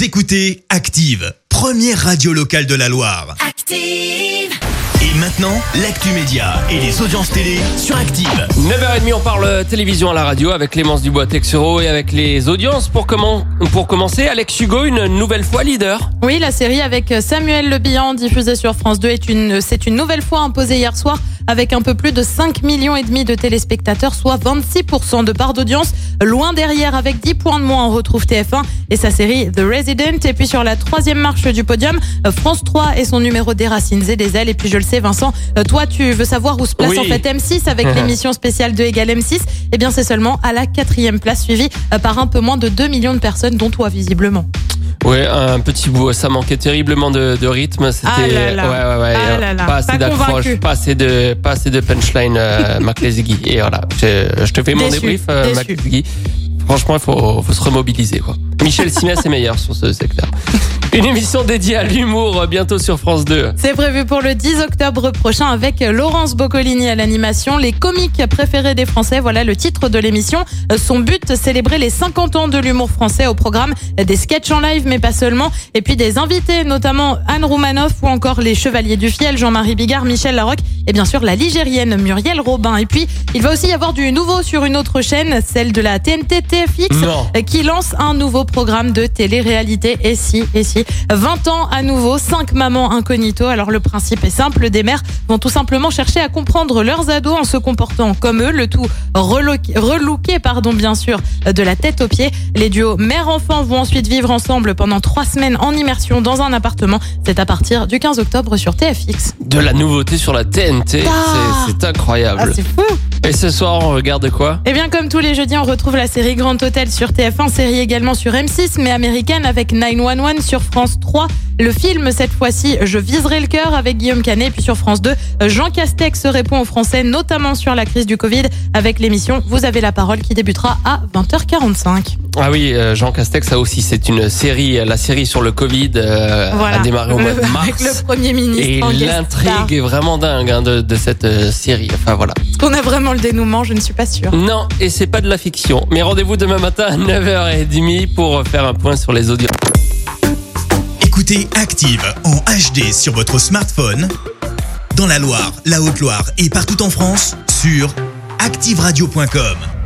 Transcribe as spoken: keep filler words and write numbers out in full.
Vous écoutez Active, première radio locale de la Loire. Active! Et maintenant, l'actu média et les audiences télé sur Active. neuf heures trente, on parle télévision à la radio avec Clémence Dubois-Texero et avec les audiences. Pour, comment, pour commencer, Alex Hugo, une nouvelle fois leader. Oui, la série avec Samuel Le Bihan, diffusée sur France deux, est une, c'est une nouvelle fois imposée hier soir avec un peu plus de cinq millions et demi de téléspectateurs, soit vingt-six pour cent de part d'audience. Loin derrière, avec dix points de moins, on retrouve T F un et sa série The Resident. Et puis sur la troisième marche du podium, France trois et son numéro des Racines et des Ailes. Et puis je le sais, Vincent, toi tu veux savoir où se place Oui. en fait M six avec l'émission spéciale deux égale M six. Eh bien c'est seulement à la quatrième place, suivi par un peu moins de deux millions de personnes, dont toi visiblement. Ouais, un petit bout, ça manquait terriblement de, de rythme. C'était Ah là là. ouais, ouais, ouais, Ah là là. pas assez Pas d'accroche, convaincu. pas assez de, pas assez de punchline, euh, Mac Lesguy. Et voilà, je, je te fais mon Déçu, débrief, euh, déçu. Mac Lesguy. Franchement, il faut, faut se remobiliser, quoi. Michel Simès est meilleur sur ce secteur. Une émission dédiée à l'humour bientôt sur France deux. C'est prévu pour le dix octobre prochain avec Laurence Boccolini à l'animation. Les comiques préférés des Français, voilà le titre de l'émission. Son but, célébrer les cinquante ans de l'humour français. Au programme des sketchs en live, mais pas seulement. Et puis des invités, notamment Anne Roumanoff ou encore les Chevaliers du Fiel, Jean-Marie Bigard, Michel Larocque et bien sûr la Ligérienne Muriel Robin. Et puis, il va aussi y avoir du nouveau sur une autre chaîne, celle de la T N T T F X, Non. qui lance un nouveau programme de télé-réalité. Et si, et si, vingt ans à nouveau, cinq mamans incognito. Alors le principe est simple, des mères vont tout simplement chercher à comprendre leurs ados en se comportant comme eux, le tout relooké, relooké, pardon, bien sûr, de la tête aux pieds. Les duos mère-enfant vont ensuite vivre ensemble pendant trois semaines en immersion dans un appartement. C'est à partir du quinze octobre sur T F X. De la nouveauté sur la T N T, Ah. c'est, c'est incroyable. Ah, c'est fou! Et ce soir, on regarde quoi? Eh bien, comme tous les jeudis, on retrouve la série Grand Hôtel sur T F un, série également sur M six, mais américaine avec neuf un un sur France trois. Le film, cette fois-ci, Je viserai le cœur avec Guillaume Canet. Et puis sur France deux, Jean Castex répond aux Français, notamment sur la crise du Covid, avec l'émission Vous avez la parole qui débutera à vingt heures quarante-cinq. Ah oui, euh, Jean Castex, ça aussi, c'est une série, la série sur le Covid, euh, Voilà. a démarré au mois de Le- mars. Avec le Premier ministre Et en guest l'intrigue star. est vraiment dingue hein, de, de cette euh, série. Enfin voilà. Est-ce qu'on a vraiment le dénouement? Je ne suis pas sûre. Non, et c'est pas de la fiction. Mais rendez-vous demain matin à neuf heures trente pour faire un point sur les audiences. Écoutez Active en H D sur votre smartphone, dans la Loire, la Haute-Loire et partout en France, sur active radio point com.